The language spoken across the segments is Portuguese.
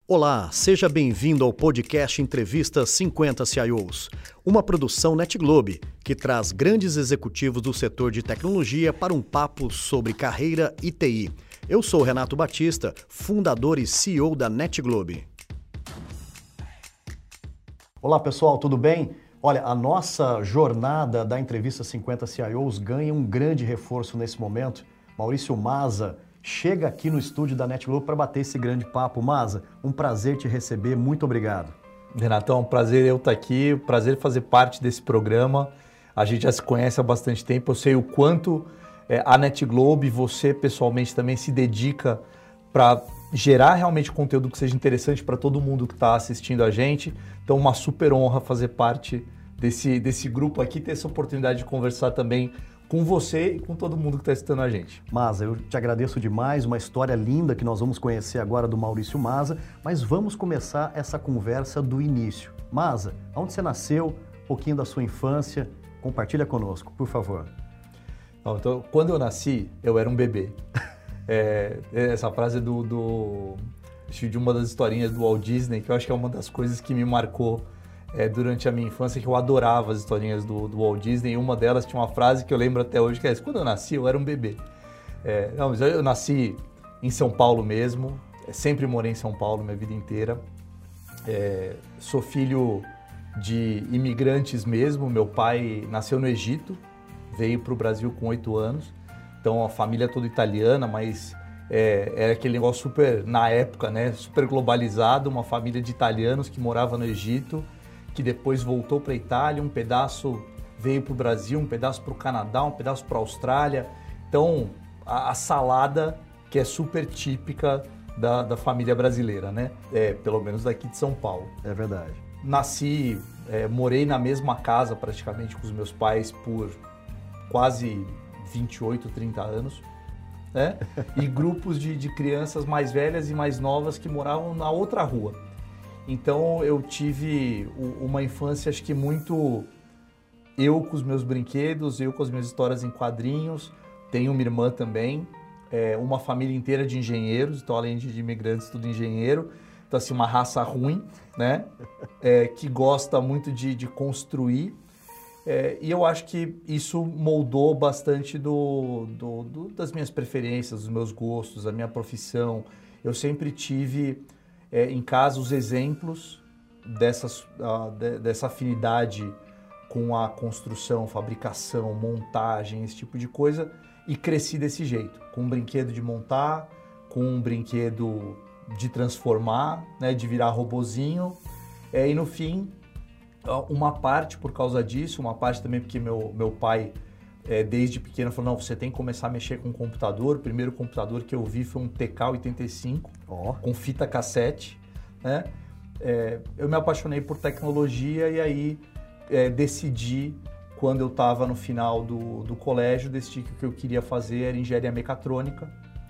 Olá, seja bem-vindo ao podcast Entrevista 50 CIOs, uma produção NetGlobe que traz grandes executivos do setor de tecnologia para um papo sobre carreira e TI. Eu sou Renato Batista, fundador e CEO da NetGlobe. Olá pessoal, tudo bem? Olha, a nossa jornada da Entrevista 50 CIOs ganha um grande reforço nesse momento. Maurício Maza chega aqui no estúdio da NetGlobe para bater esse grande papo. Maza, um prazer te receber, muito obrigado. Renatão, um prazer eu estar aqui, prazer fazer parte desse programa. A gente já se conhece há bastante tempo, eu sei o quanto a NetGlobe, você pessoalmente também se dedica para gerar realmente conteúdo que seja interessante para todo mundo que está assistindo a gente. Então, uma super honra fazer parte desse grupo aqui, ter essa oportunidade de conversar também com você e com todo mundo que está assistindo a gente. Maza, eu te agradeço demais, uma história linda que nós vamos conhecer agora do Maurício Maza, mas vamos começar essa conversa do início. Maza, onde você nasceu, um pouquinho da sua infância, compartilha conosco, por favor. Então, quando eu nasci, eu era um bebê. Essa frase é de uma das historinhas do Walt Disney, que eu acho que é uma das coisas que me marcou durante a minha infância, que eu adorava as historinhas do Walt Disney. E uma delas tinha uma frase que eu lembro até hoje, que é essa: quando eu nasci, eu era um bebê. Mas eu nasci em São Paulo mesmo, sempre morei em São Paulo minha vida inteira. Sou filho de imigrantes mesmo, meu pai nasceu no Egito, veio para o Brasil com 8 anos, então a família é toda italiana, mas era aquele negócio super, na época, né, super globalizado, uma família de italianos que morava no Egito, que depois voltou para a Itália, um pedaço veio para o Brasil, um pedaço para o Canadá, um pedaço para a Austrália. Então, a salada que é super típica da família brasileira, né? Pelo menos daqui de São Paulo. É verdade. Nasci, morei na mesma casa praticamente com os meus pais por quase 28, 30 anos. Né? E grupos de crianças mais velhas e mais novas que moravam na outra rua. Então eu tive uma infância, acho que muito eu com os meus brinquedos, eu com as minhas histórias em quadrinhos. Tenho uma irmã também, uma família inteira de engenheiros, então além de imigrantes, tudo engenheiro. Então assim, uma raça ruim, né? Que gosta muito de construir. E eu acho que isso moldou bastante das minhas preferências, dos meus gostos, a minha profissão. Eu sempre tive em casa os exemplos dessa afinidade com a construção, fabricação, montagem, esse tipo de coisa, e cresci desse jeito, com um brinquedo de montar, com um brinquedo de transformar, né, de virar robozinho, e no fim, uma parte por causa disso, uma parte também porque meu pai, desde pequeno, falou: não, você tem que começar a mexer com o computador. O primeiro computador que eu vi foi um TK-85, com fita cassete. Né? Eu me apaixonei por tecnologia e aí decidi, quando eu estava no final do colégio, decidi que o que eu queria fazer era engenharia mecatrônica.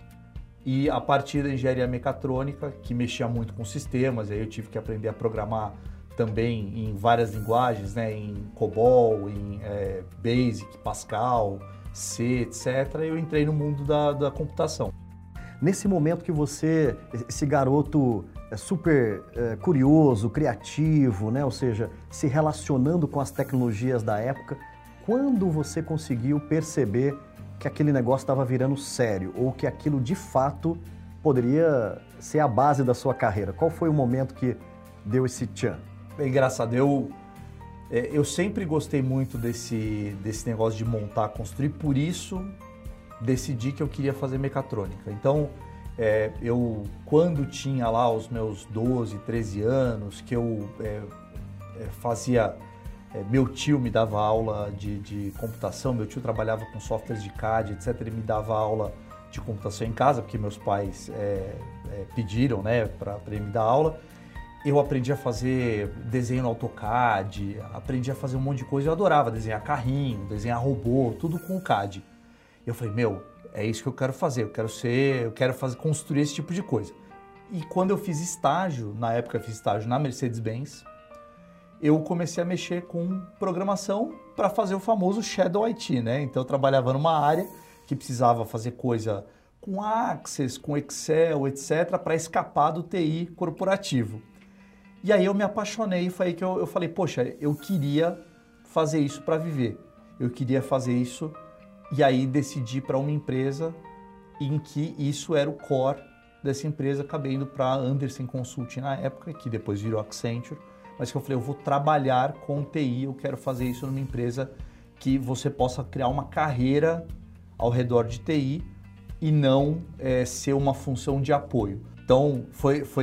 E a partir da engenharia mecatrônica, que mexia muito com sistemas, aí eu tive que aprender a programar também em várias linguagens, né? Em COBOL, em BASIC, Pascal, C, etc. Eu entrei no mundo da computação. Nesse momento que você, esse garoto super curioso, criativo, né? Ou seja, se relacionando com as tecnologias da época, quando você conseguiu perceber que aquele negócio estava virando sério ou que aquilo de fato poderia ser a base da sua carreira? Qual foi o momento que deu esse tchan? É engraçado, eu sempre gostei muito desse negócio de montar, construir, por isso decidi que eu queria fazer mecatrônica. Então, eu quando tinha lá os meus 12, 13 anos, que eu fazia, meu tio me dava aula de computação, meu tio trabalhava com softwares de CAD, etc. Ele me dava aula de computação em casa, porque meus pais pediram, né, para ele me dar aula. Eu aprendi a fazer desenho no AutoCAD, aprendi a fazer um monte de coisa. Eu adorava desenhar carrinho, desenhar robô, tudo com o CAD. Eu falei: é isso que eu quero fazer, construir esse tipo de coisa. E quando eu fiz estágio, na época eu fiz estágio na Mercedes-Benz, eu comecei a mexer com programação para fazer o famoso Shadow IT, né? Então eu trabalhava numa área que precisava fazer coisa com Access, com Excel, etc., para escapar do TI corporativo. E aí eu me apaixonei, foi aí que eu falei, poxa, eu queria fazer isso para viver. Eu queria fazer isso e aí decidi para uma empresa em que isso era o core dessa empresa, acabei indo para Andersen Consulting na época, que depois virou Accenture, mas que eu falei, eu vou trabalhar com TI, eu quero fazer isso numa empresa que você possa criar uma carreira ao redor de TI e não ser uma função de apoio. Então, foi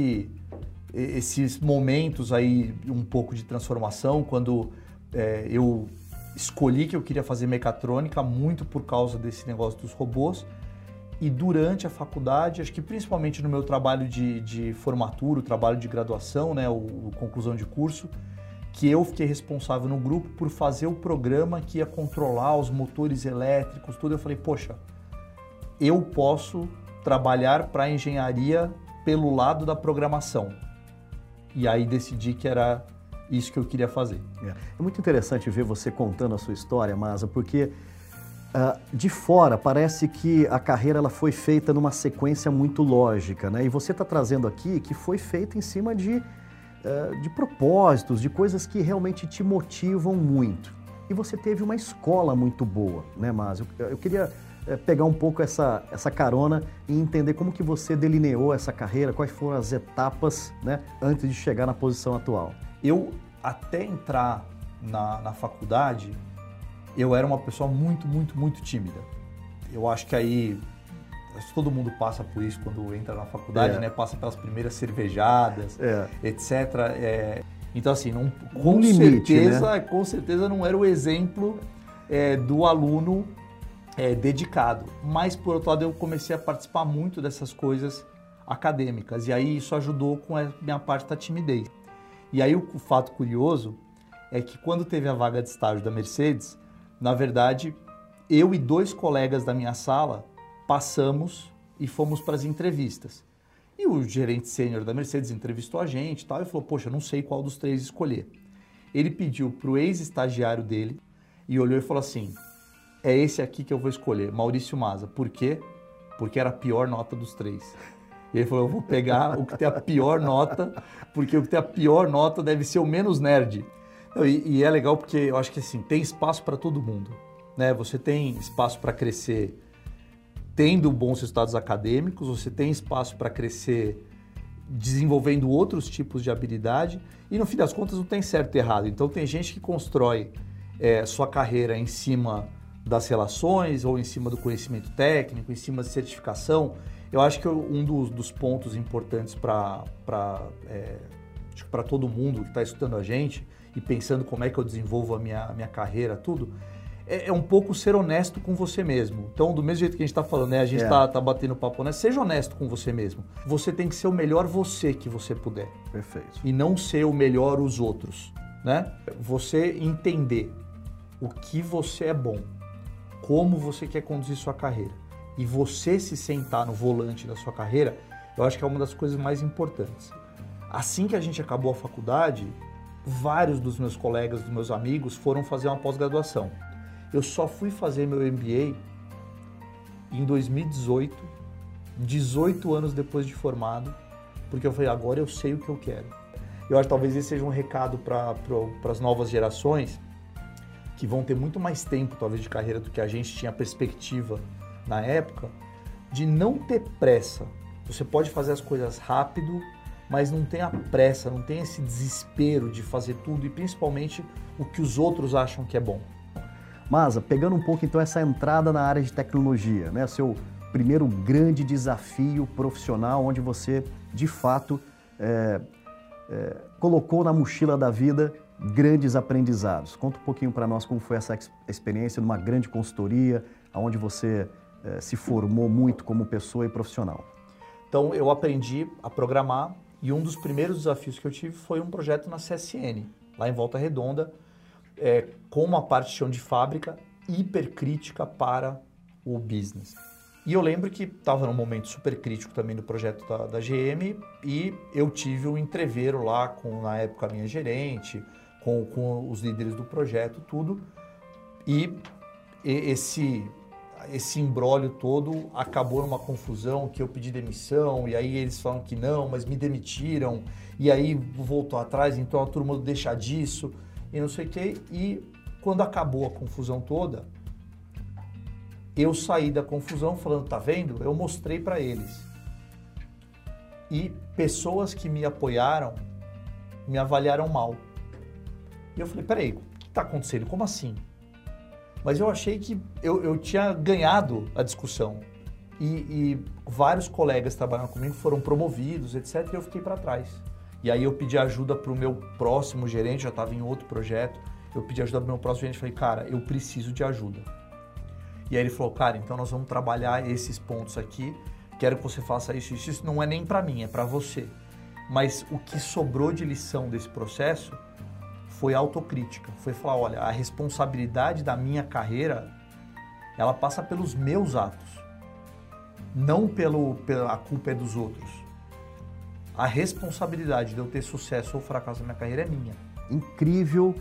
esses momentos aí, um pouco de transformação, quando eu escolhi que eu queria fazer mecatrônica, muito por causa desse negócio dos robôs, e durante a faculdade, acho que principalmente no meu trabalho de formatura, o trabalho de graduação, né, o conclusão de curso, que eu fiquei responsável no grupo por fazer o programa que ia controlar os motores elétricos, tudo. Eu falei, poxa, eu posso trabalhar para a engenharia pelo lado da programação. E aí decidi que era isso que eu queria fazer. É muito interessante ver você contando a sua história, Masa, porque de fora parece que a carreira ela foi feita numa sequência muito lógica, né? E você está trazendo aqui que foi feita em cima de propósitos, de coisas que realmente te motivam muito. E você teve uma escola muito boa, né, Masa? Eu queria pegar um pouco essa carona e entender como que você delineou essa carreira, quais foram as etapas, né, antes de chegar na posição atual. Eu, até entrar na faculdade, eu era uma pessoa muito, muito, muito tímida. Eu acho que aí, todo mundo passa por isso quando entra na faculdade, né? Passa pelas primeiras cervejadas, etc. Então, assim, com certeza não era o exemplo do aluno dedicado. Mas, por outro lado, eu comecei a participar muito dessas coisas acadêmicas. E aí isso ajudou com a minha parte da timidez. E aí o fato curioso é que quando teve a vaga de estágio da Mercedes, na verdade, eu e 2 colegas da minha sala passamos e fomos para as entrevistas. E o gerente sênior da Mercedes entrevistou a gente e tal, e falou, poxa, eu não sei qual dos 3 escolher. Ele pediu para o ex-estagiário dele e olhou e falou assim, é esse aqui que eu vou escolher, Maurício Masa. Por quê? Porque era a pior nota dos 3. E ele falou, eu vou pegar o que tem a pior nota, porque o que tem a pior nota deve ser o menos nerd. E é legal porque eu acho que assim, tem espaço para todo mundo, né? Você tem espaço para crescer tendo bons resultados acadêmicos, você tem espaço para crescer desenvolvendo outros tipos de habilidade e no fim das contas não tem certo e errado. Então tem gente que constrói sua carreira em cima das relações ou em cima do conhecimento técnico, em cima de certificação. Eu acho que um dos pontos importantes para todo mundo que está escutando a gente e pensando como é que eu desenvolvo a minha carreira, tudo, é um pouco ser honesto com você mesmo. Então, do mesmo jeito que a gente está falando, né? A gente tá batendo papo, né? Seja honesto com você mesmo. Você tem que ser o melhor você que você puder. Perfeito. E não ser o melhor os outros, né? Você entender o que você é bom, como você quer conduzir sua carreira e você se sentar no volante da sua carreira, eu acho que é uma das coisas mais importantes. Assim que a gente acabou a faculdade, vários dos meus colegas, dos meus amigos foram fazer uma pós-graduação. Eu só fui fazer meu MBA em 2018, 18 anos depois de formado, porque eu falei, agora eu sei o que eu quero. Eu acho que talvez esse seja um recado para as novas gerações, que vão ter muito mais tempo, talvez, de carreira do que a gente tinha perspectiva na época, de não ter pressa. Você pode fazer as coisas rápido, mas não tenha pressa, não tenha esse desespero de fazer tudo e principalmente o que os outros acham que é bom. Masa, pegando um pouco então essa entrada na área de tecnologia, né? Seu primeiro grande desafio profissional, onde você de fato colocou na mochila da vida grandes aprendizados. Conta um pouquinho para nós como foi essa experiência numa grande consultoria, onde você se formou muito como pessoa e profissional. Então eu aprendi a programar e um dos primeiros desafios que eu tive foi um projeto na CSN, lá em Volta Redonda, com uma parte de chão de fábrica hipercrítica para o business. E eu lembro que estava num momento super crítico também do projeto da GM e eu tive um entreveiro lá com, na época, a minha gerente, com os líderes do projeto, tudo. E esse imbróglio todo acabou numa confusão, que eu pedi demissão, e aí eles falam que não, mas me demitiram, e aí voltou atrás, então a turma deixa disso, e não sei o quê. E quando acabou a confusão toda, eu saí da confusão falando, tá vendo? Eu mostrei para eles. E pessoas que me apoiaram me avaliaram mal. E eu falei, peraí, o que está acontecendo? Como assim? Mas eu achei que eu tinha ganhado a discussão. E vários colegas que trabalharam comigo foram promovidos, etc. E eu fiquei para trás. E aí eu pedi ajuda para o meu próximo gerente, já estava em outro projeto. Eu pedi ajuda para o meu próximo gerente e falei, cara, eu preciso de ajuda. E aí ele falou, cara, então nós vamos trabalhar esses pontos aqui. Quero que você faça isso. Isso não é nem para mim, é para você. Mas o que sobrou de lição desse processo foi autocrítica. Foi falar, olha, a responsabilidade da minha carreira, ela passa pelos meus atos. Não a culpa é dos outros. A responsabilidade de eu ter sucesso ou fracasso na minha carreira é minha. Incrível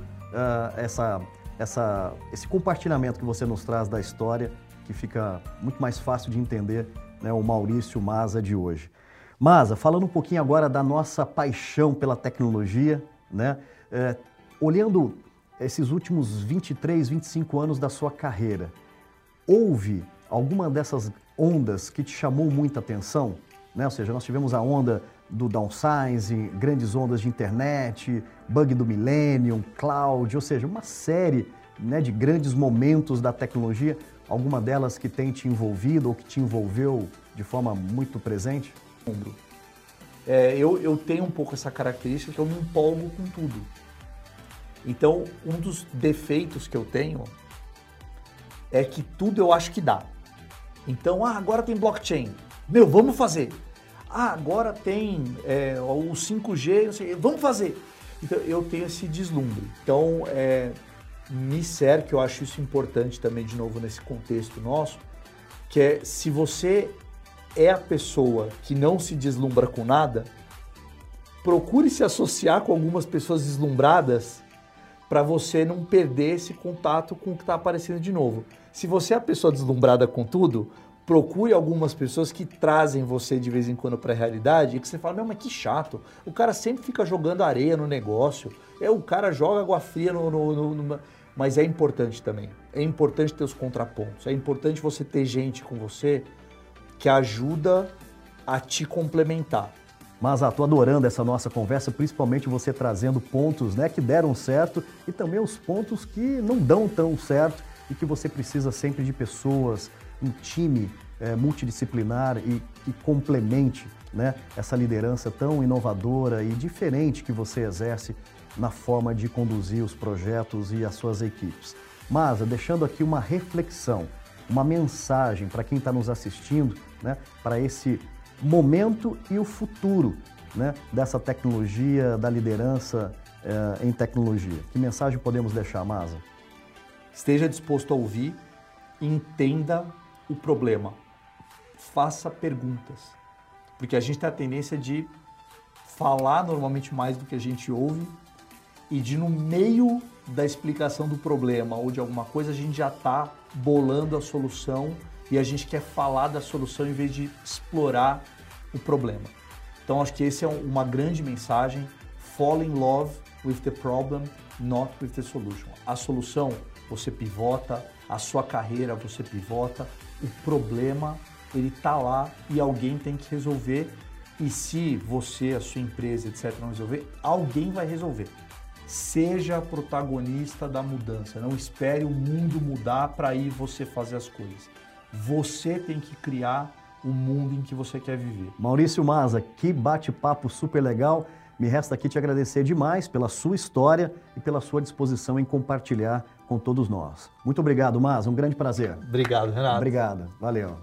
esse compartilhamento que você nos traz da história, que fica muito mais fácil de entender, né, o Maurício Maza de hoje. Maza, falando um pouquinho agora da nossa paixão pela tecnologia, né? Olhando esses últimos 23, 25 anos da sua carreira, houve alguma dessas ondas que te chamou muita atenção? Né? Ou seja, nós tivemos a onda do downsizing, grandes ondas de internet, bug do millennium, cloud, ou seja, uma série, né, de grandes momentos da tecnologia, alguma delas que tem te envolvido ou que te envolveu de forma muito presente? Eu tenho um pouco essa característica que eu me empolgo com tudo. Então, um dos defeitos que eu tenho é que tudo eu acho que dá. Então, agora tem blockchain. Meu, vamos fazer. Agora tem o 5G, não sei, vamos fazer. Então, eu tenho esse deslumbre. Então, me cerca, eu acho isso importante também, de novo, nesse contexto nosso, que é, se você é a pessoa que não se deslumbra com nada, procure se associar com algumas pessoas deslumbradas para você não perder esse contato com o que está aparecendo de novo. Se você é a pessoa deslumbrada com tudo, procure algumas pessoas que trazem você de vez em quando para a realidade e que você fala, meu, mas que chato, o cara sempre fica jogando areia no negócio, o cara joga água fria Mas é importante também, é importante ter os contrapontos, é importante você ter gente com você que ajuda a te complementar. Mas estou adorando essa nossa conversa, principalmente você trazendo pontos, né, que deram certo e também os pontos que não dão tão certo e que você precisa sempre de pessoas, um time multidisciplinar e que complemente, né, essa liderança tão inovadora e diferente que você exerce na forma de conduzir os projetos e as suas equipes. Mas, deixando aqui uma reflexão, uma mensagem para quem está nos assistindo, né, para esse momento e o futuro, né, dessa tecnologia, da liderança em tecnologia. Que mensagem podemos deixar, Maza? Esteja disposto a ouvir, entenda o problema, faça perguntas, porque a gente tem a tendência de falar normalmente mais do que a gente ouve e de, no meio da explicação do problema ou de alguma coisa, a gente já está bolando a solução e a gente quer falar da solução em vez de explorar o problema. Então, acho que essa é uma grande mensagem. Fall in love with the problem, not with the solution. A solução, você pivota, a sua carreira, você pivota, o problema, ele está lá e alguém tem que resolver. E se você, a sua empresa, etc., não resolver, alguém vai resolver. Seja protagonista da mudança. Não espere o mundo mudar para aí você fazer as coisas. Você tem que criar o mundo em que você quer viver. Maurício Maza, que bate-papo super legal. Me resta aqui te agradecer demais pela sua história e pela sua disposição em compartilhar com todos nós. Muito obrigado, Maza. Um grande prazer. Obrigado, Renato. Obrigado. Valeu.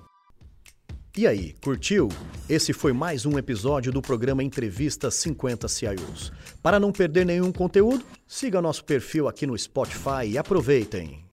E aí, curtiu? Esse foi mais um episódio do programa Entrevista 50 CIOs. Para não perder nenhum conteúdo, siga nosso perfil aqui no Spotify e aproveitem!